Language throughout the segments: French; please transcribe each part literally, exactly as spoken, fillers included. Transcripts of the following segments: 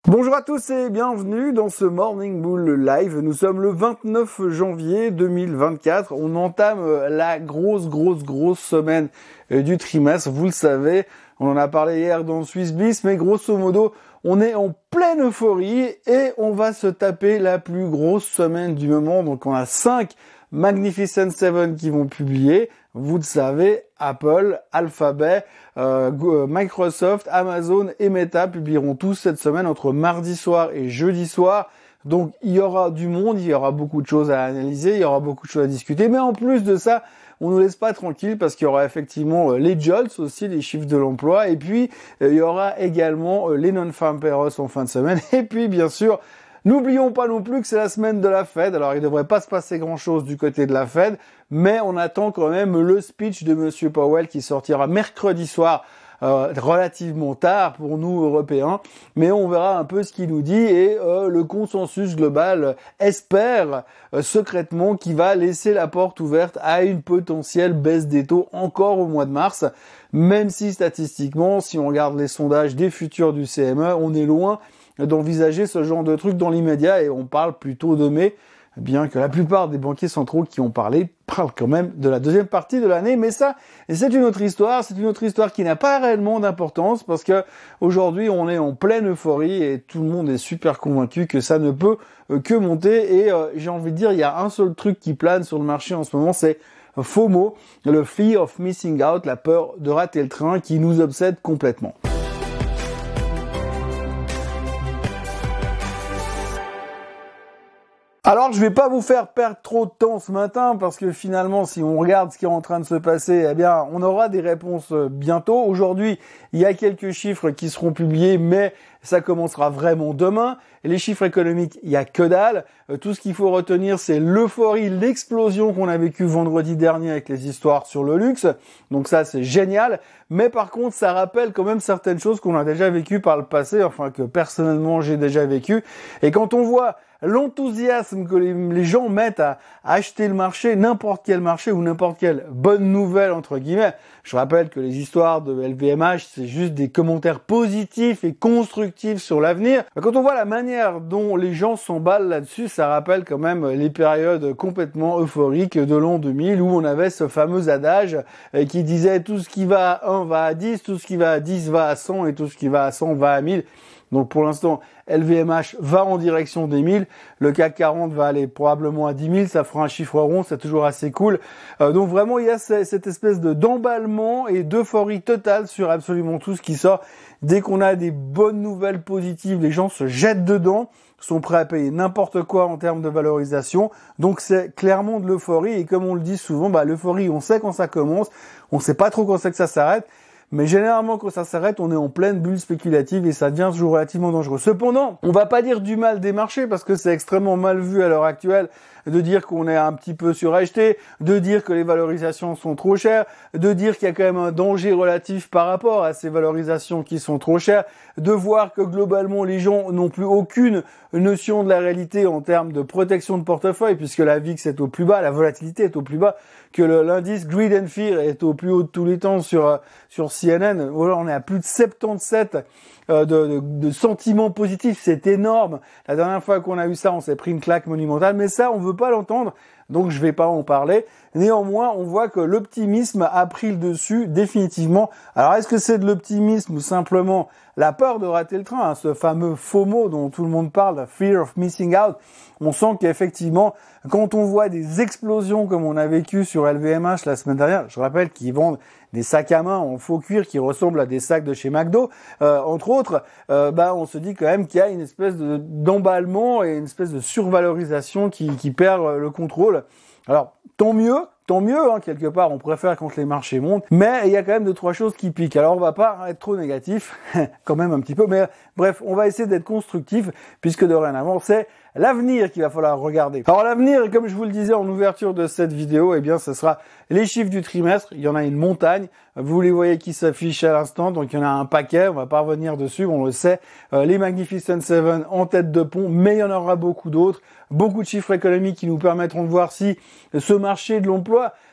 Bonjour à tous et bienvenue dans ce Morning Bull Live. Nous sommes le vingt-neuf janvier deux mille vingt-quatre. On entame la grosse, grosse, grosse semaine du trimestre. Vous le savez, on en a parlé hier dans Swiss Bliss, mais grosso modo, on est en pleine euphorie et on va se taper la plus grosse semaine du moment. Donc on a cinq Magnificent Seven qui vont publier. Vous le savez, Apple, Alphabet, euh, Microsoft, Amazon et Meta publieront tous cette semaine entre mardi soir et jeudi soir. Donc il y aura du monde, il y aura beaucoup de choses à analyser, il y aura beaucoup de choses à discuter. Mais en plus de ça, on nous laisse pas tranquille parce qu'il y aura effectivement les Jolts aussi, les chiffres de l'emploi. Et puis il y aura également les non-farm payrolls en fin de semaine. Et puis bien sûr, n'oublions pas non plus que c'est la semaine de la Fed. Alors, il ne devrait pas se passer grand-chose du côté de la Fed, mais on attend quand même le speech de Monsieur Powell qui sortira mercredi soir, euh, relativement tard pour nous Européens. Mais on verra un peu ce qu'il nous dit et euh, le consensus global espère euh, secrètement qu'il va laisser la porte ouverte à une potentielle baisse des taux encore au mois de mars. Même si statistiquement, si on regarde les sondages des futurs du C M E, on est loin d'envisager ce genre de truc dans l'immédiat et on parle plutôt de mai, bien que la plupart des banquiers centraux qui ont parlé parlent quand même de la deuxième partie de l'année, mais ça, c'est une autre histoire, c'est une autre histoire qui n'a pas réellement d'importance parce que aujourd'hui on est en pleine euphorie et tout le monde est super convaincu que ça ne peut que monter et euh, j'ai envie de dire, il y a un seul truc qui plane sur le marché en ce moment, c'est FOMO, le Fear of Missing Out, la peur de rater le train qui nous obsède complètement. Alors, je vais pas vous faire perdre trop de temps ce matin parce que finalement, si on regarde ce qui est en train de se passer, eh bien, on aura des réponses bientôt. Aujourd'hui, il y a quelques chiffres qui seront publiés, mais ça commencera vraiment demain. Et les chiffres économiques, il y a que dalle. Tout ce qu'il faut retenir, c'est l'euphorie, l'explosion qu'on a vécue vendredi dernier avec les histoires sur le luxe. Donc ça, c'est génial. Mais par contre, ça rappelle quand même certaines choses qu'on a déjà vécues par le passé, enfin que personnellement, j'ai déjà vécu. Et quand on voit l'enthousiasme que les, les gens mettent à, à acheter le marché, n'importe quel marché ou n'importe quelle bonne nouvelle, entre guillemets. Je rappelle que les histoires de L V M H, c'est juste des commentaires positifs et constructifs sur l'avenir. Quand on voit la manière dont les gens s'emballent là-dessus, ça rappelle quand même les périodes complètement euphoriques de l'an deux mille où on avait ce fameux adage qui disait tout ce qui va à un va à dix, tout ce qui va à dix va à cent et tout ce qui va à cent va à mille. Donc pour l'instant, L V M H va en direction des mille, le C A C quarante va aller probablement à dix mille, ça fera un chiffre rond, c'est toujours assez cool. Euh, donc vraiment, il y a cette espèce de d'emballement et d'euphorie totale sur absolument tout ce qui sort. Dès qu'on a des bonnes nouvelles positives, les gens se jettent dedans, sont prêts à payer n'importe quoi en termes de valorisation. Donc c'est clairement de l'euphorie et comme on le dit souvent, bah, l'euphorie, on sait quand ça commence, on sait pas trop quand c'est que ça s'arrête. Mais généralement, quand ça s'arrête, on est en pleine bulle spéculative et ça devient toujours relativement dangereux. Cependant, on va pas dire du mal des marchés parce que c'est extrêmement mal vu à l'heure actuelle de dire qu'on est un petit peu suracheté, de dire que les valorisations sont trop chères, de dire qu'il y a quand même un danger relatif par rapport à ces valorisations qui sont trop chères, de voir que globalement les gens n'ont plus aucune notion de la réalité en termes de protection de portefeuille puisque la V I X est au plus bas, la volatilité est au plus bas, que l'indice Greed and Fear est au plus haut de tous les temps sur sur C N N. Voilà, on est à plus de soixante-dix-sept euh, de, de, de sentiments positifs, c'est énorme. La dernière fois qu'on a eu ça, on s'est pris une claque monumentale, mais ça, on veut pas l'entendre, donc je vais pas en parler. Néanmoins, on voit que l'optimisme a pris le dessus définitivement. Alors, est-ce que c'est de l'optimisme ou simplement la peur de rater le train, hein, ce fameux FOMO dont tout le monde parle, Fear of Missing Out? On sent qu'effectivement, quand on voit des explosions comme on a vécu sur L V M H la semaine dernière, je rappelle qu'ils vendent des sacs à main en faux cuir qui ressemblent à des sacs de chez McDo, euh, entre autres, euh, bah on se dit quand même qu'il y a une espèce de, d'emballement et une espèce de survalorisation qui, qui perd le contrôle. Alors, tant mieux, tant mieux, hein, quelque part, on préfère quand les marchés montent, mais il y a quand même deux, trois choses qui piquent. Alors, on va pas être trop négatif, quand même un petit peu, mais bref, on va essayer d'être constructif, puisque dorénavant, c'est l'avenir qu'il va falloir regarder. Alors, l'avenir, comme je vous le disais en ouverture de cette vidéo, eh bien, ce sera les chiffres du trimestre. Il y en a une montagne. Vous les voyez qui s'affichent à l'instant, donc il y en a un paquet, on va pas revenir dessus, on le sait. Euh, les Magnificent Seven en tête de pont, mais il y en aura beaucoup d'autres. Beaucoup de chiffres économiques qui nous permettront de voir si ce marché de l'emploi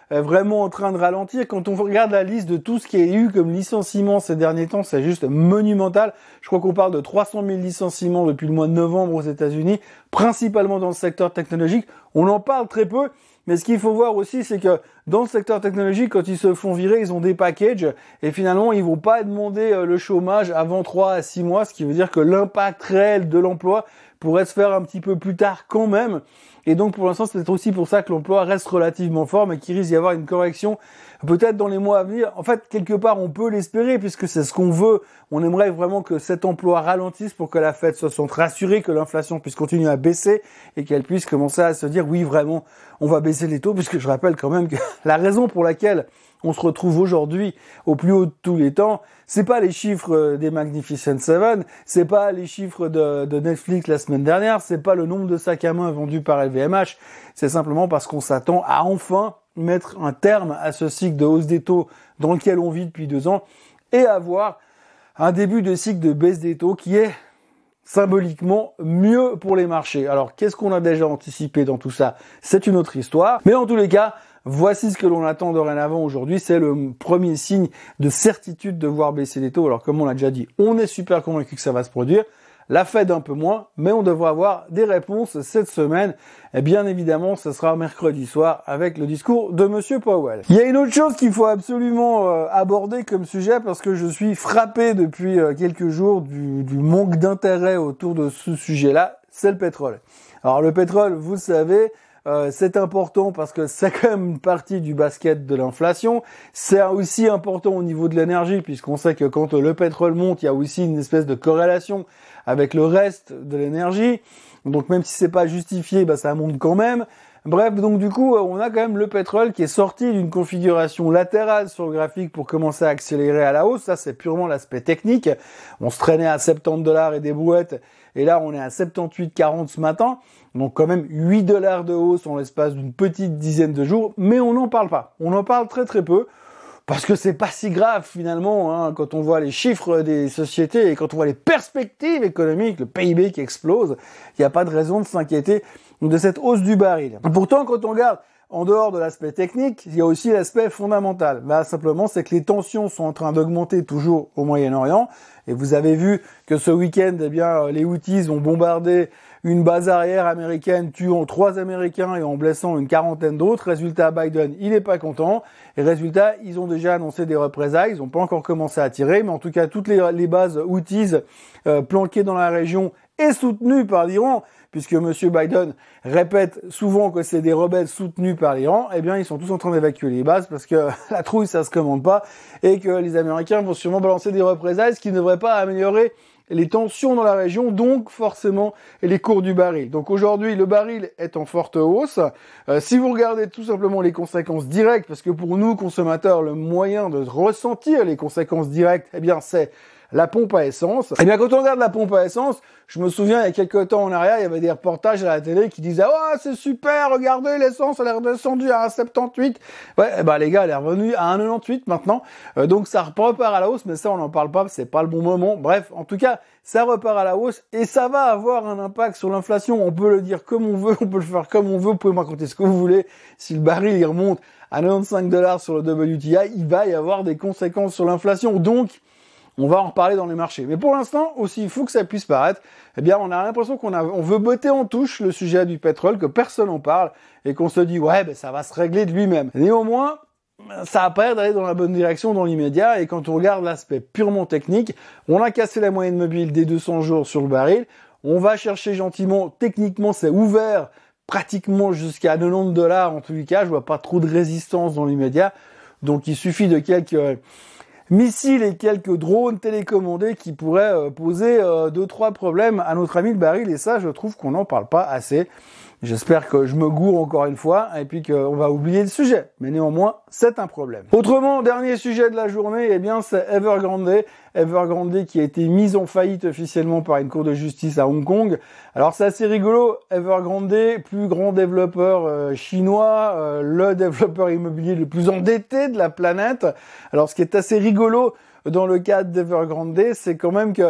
euh, vraiment en train de ralentir. Quand on regarde la liste de tout ce qui a eu comme licenciement ces derniers temps, c'est juste monumental. Je crois qu'on parle de trois cent mille licenciements depuis le mois de novembre aux États-Unis, principalement dans le secteur technologique. On en parle très peu. Mais ce qu'il faut voir aussi, c'est que dans le secteur technologique, quand ils se font virer, ils ont des packages et finalement, ils vont pas demander le chômage avant trois à six mois, ce qui veut dire que l'impact réel de l'emploi pourrait se faire un petit peu plus tard quand même. Et donc, pour l'instant, c'est aussi pour ça que l'emploi reste relativement fort, mais qu'il risque d'y avoir une correction peut-être dans les mois à venir. En fait, quelque part, on peut l'espérer puisque c'est ce qu'on veut. On aimerait vraiment que cet emploi ralentisse pour que la Fed se sente rassurée que l'inflation puisse continuer à baisser et qu'elle puisse commencer à se dire oui, vraiment, on va baisser les taux, puisque je rappelle quand même que la raison pour laquelle on se retrouve aujourd'hui au plus haut de tous les temps, c'est pas les chiffres des Magnificent Seven, c'est pas les chiffres de, de Netflix la semaine dernière, c'est pas le nombre de sacs à main vendus par L V M H, c'est simplement parce qu'on s'attend à enfin mettre un terme à ce cycle de hausse des taux dans lequel on vit depuis deux ans et avoir un début de cycle de baisse des taux qui est symboliquement mieux pour les marchés. Alors, qu'est-ce qu'on a déjà anticipé dans tout ça? C'est une autre histoire. Mais en tous les cas, voici ce que l'on attend dorénavant aujourd'hui. C'est le premier signe de certitude de voir baisser les taux. Alors, comme on l'a déjà dit, on est super convaincu que ça va se produire. La Fed un peu moins, mais on devrait avoir des réponses cette semaine. Et bien évidemment, ce sera mercredi soir avec le discours de Monsieur Powell. Il y a une autre chose qu'il faut absolument euh, aborder comme sujet parce que je suis frappé depuis euh, quelques jours du, du manque d'intérêt autour de ce sujet-là, c'est le pétrole. Alors le pétrole, vous le savez, Euh, c'est important parce que c'est quand même une partie du basket de l'inflation. C'est aussi important au niveau de l'énergie puisqu'on sait que quand le pétrole monte, il y a aussi une espèce de corrélation avec le reste de l'énergie. Donc même si c'est pas justifié, bah ça monte quand même. Bref, donc du coup, on a quand même le pétrole qui est sorti d'une configuration latérale sur le graphique pour commencer à accélérer à la hausse. Ça, c'est purement l'aspect technique. On se traînait à soixante-dix dollars et des brouettes. Et là, on est à soixante-dix-huit quarante ce matin. Donc quand même huit dollars de hausse en l'espace d'une petite dizaine de jours. Mais on n'en parle pas. On en parle très très peu. Parce que c'est pas si grave finalement, hein, quand on voit les chiffres des sociétés et quand on voit les perspectives économiques, le P I B qui explose, il n'y a pas de raison de s'inquiéter de cette hausse du baril. Pourtant, quand on regarde en dehors de l'aspect technique, il y a aussi l'aspect fondamental. Bah, simplement, c'est que les tensions sont en train d'augmenter toujours au Moyen-Orient. Et vous avez vu que ce week-end, eh bien, les Houthis ont bombardé une base arrière américaine, tuant trois Américains et en blessant une quarantaine d'autres. Résultat, Biden, il est pas content. Et résultat, ils ont déjà annoncé des représailles. Ils n'ont pas encore commencé à tirer, mais en tout cas, toutes les, les bases Houthis euh, planquées dans la région et soutenues par l'Iran, puisque M. Biden répète souvent que c'est des rebelles soutenus par l'Iran, eh bien, ils sont tous en train d'évacuer les bases parce que la trouille, ça se commande pas et que les Américains vont sûrement balancer des représailles, ce qui ne devrait pas améliorer les tensions dans la région, donc forcément les cours du baril. Donc aujourd'hui, le baril est en forte hausse. Euh, si vous regardez tout simplement les conséquences directes, parce que pour nous, consommateurs, le moyen de ressentir les conséquences directes, eh bien, c'est la pompe à essence. Eh bien, quand on regarde la pompe à essence, je me souviens, il y a quelques temps en arrière, il y avait des reportages à la télé qui disaient « Oh, c'est super, regardez, l'essence, elle est redescendue à un virgule soixante-dix-huit. » Ouais, eh ben, les gars, elle est revenue à un virgule quatre-vingt-dix-huit maintenant. Euh, donc, ça repart à la hausse, mais ça, on n'en parle pas, c'est pas le bon moment. Bref, en tout cas, ça repart à la hausse et ça va avoir un impact sur l'inflation. On peut le dire comme on veut, on peut le faire comme on veut. Vous pouvez me raconter ce que vous voulez. Si le baril, il remonte à quatre-vingt-quinze dollars sur le W T I, il va y avoir des conséquences sur l'inflation. Donc, on va en reparler dans les marchés. Mais pour l'instant, aussi fou que ça puisse paraître, eh bien, on a l'impression qu'on a, on veut botter en touche le sujet du pétrole, que personne en parle, et qu'on se dit, ouais, ben, ça va se régler de lui-même. Néanmoins, ça a pas l'air d'aller dans la bonne direction dans l'immédiat, et quand on regarde l'aspect purement technique, on a cassé la moyenne mobile des deux cents jours sur le baril, on va chercher gentiment, techniquement, c'est ouvert pratiquement jusqu'à quatre-vingt-dix dollars en tous les cas, je vois pas trop de résistance dans l'immédiat, donc il suffit de quelques missiles et quelques drones télécommandés qui pourraient euh, poser euh, deux trois problèmes à notre ami le baril, et ça je trouve qu'on n'en parle pas assez. J'espère que je me gourre encore une fois et puis qu'on va oublier le sujet, mais néanmoins c'est un problème. Autrement, dernier sujet de la journée, eh bien c'est Evergrande, Evergrande qui a été mise en faillite officiellement par une cour de justice à Hong Kong. Alors c'est assez rigolo, Evergrande, plus grand développeur euh, chinois, euh, le développeur immobilier le plus endetté de la planète. Alors ce qui est assez rigolo dans le cas d'Evergrande, c'est quand même que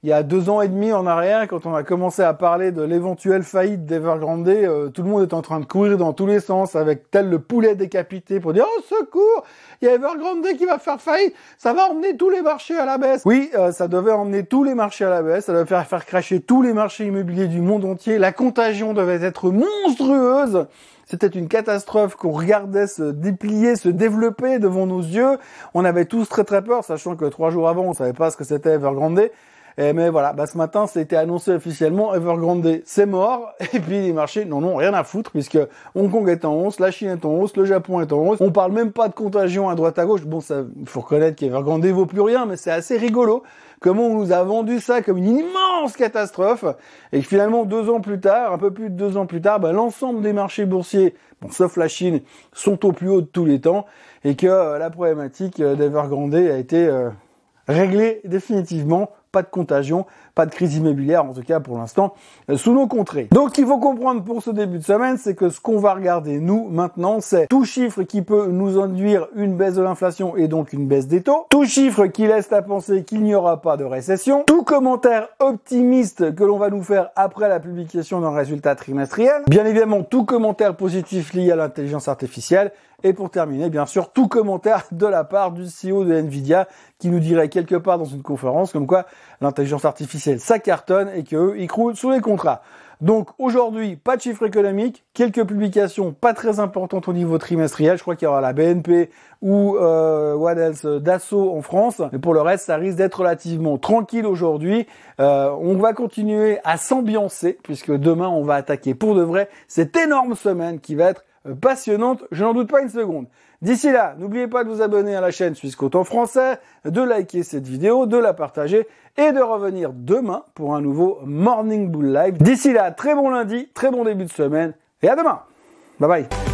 il y a deux ans et demi en arrière, quand on a commencé à parler de l'éventuelle faillite d'Evergrande, euh, tout le monde est en train de courir dans tous les sens avec tel le poulet décapité pour dire « Oh, secours, il y a Evergrande qui va faire faillite, ça va emmener tous les marchés à la baisse !» Oui, euh, ça devait emmener tous les marchés à la baisse, ça devait faire, faire cracher tous les marchés immobiliers du monde entier, la contagion devait être monstrueuse. C'était une catastrophe qu'on regardait se déplier, se développer devant nos yeux. On avait tous très très peur, sachant que trois jours avant, on savait pas ce que c'était Evergrande. Et mais voilà, bah ce matin, ça a été annoncé officiellement, Evergrande, c'est mort. Et puis les marchés n'en ont rien à foutre, puisque Hong Kong est en hausse, la Chine est en hausse, le Japon est en hausse. On parle même pas de contagion à droite à gauche. Bon, ça, il faut reconnaître qu'Evergrande vaut plus rien, mais c'est assez rigolo. Comment on nous a vendu ça comme une immense catastrophe, et que finalement, deux ans plus tard, un peu plus de deux ans plus tard, bah, l'ensemble des marchés boursiers, bon, sauf la Chine, sont au plus haut de tous les temps, et que euh, la problématique euh, d'Evergrande a été euh, réglée définitivement. Pas de contagion, pas de crise immobilière, en tout cas pour l'instant, euh, sous nos contrées. Donc ce qu'il faut comprendre pour ce début de semaine, c'est que ce qu'on va regarder nous maintenant, c'est tout chiffre qui peut nous induire une baisse de l'inflation et donc une baisse des taux, tout chiffre qui laisse à penser qu'il n'y aura pas de récession, tout commentaire optimiste que l'on va nous faire après la publication d'un résultat trimestriel, bien évidemment tout commentaire positif lié à l'intelligence artificielle, et pour terminer, bien sûr, tout commentaire de la part du C E O de Nvidia qui nous dirait quelque part dans une conférence comme quoi l'intelligence artificielle, ça cartonne et qu'eux, ils croulent sous les contrats. Donc aujourd'hui, pas de chiffres économiques, quelques publications pas très importantes au niveau trimestriel. Je crois qu'il y aura la B N P ou euh, what else, Dassault en France. Mais pour le reste, ça risque d'être relativement tranquille aujourd'hui. Euh, on va continuer à s'ambiancer puisque demain, on va attaquer pour de vrai cette énorme semaine qui va être passionnante, je n'en doute pas une seconde. D'ici là, n'oubliez pas de vous abonner à la chaîne Swissquote en français, de liker cette vidéo, de la partager et de revenir demain pour un nouveau Morning Bull Live. D'ici là, très bon lundi, très bon début de semaine et à demain. Bye bye.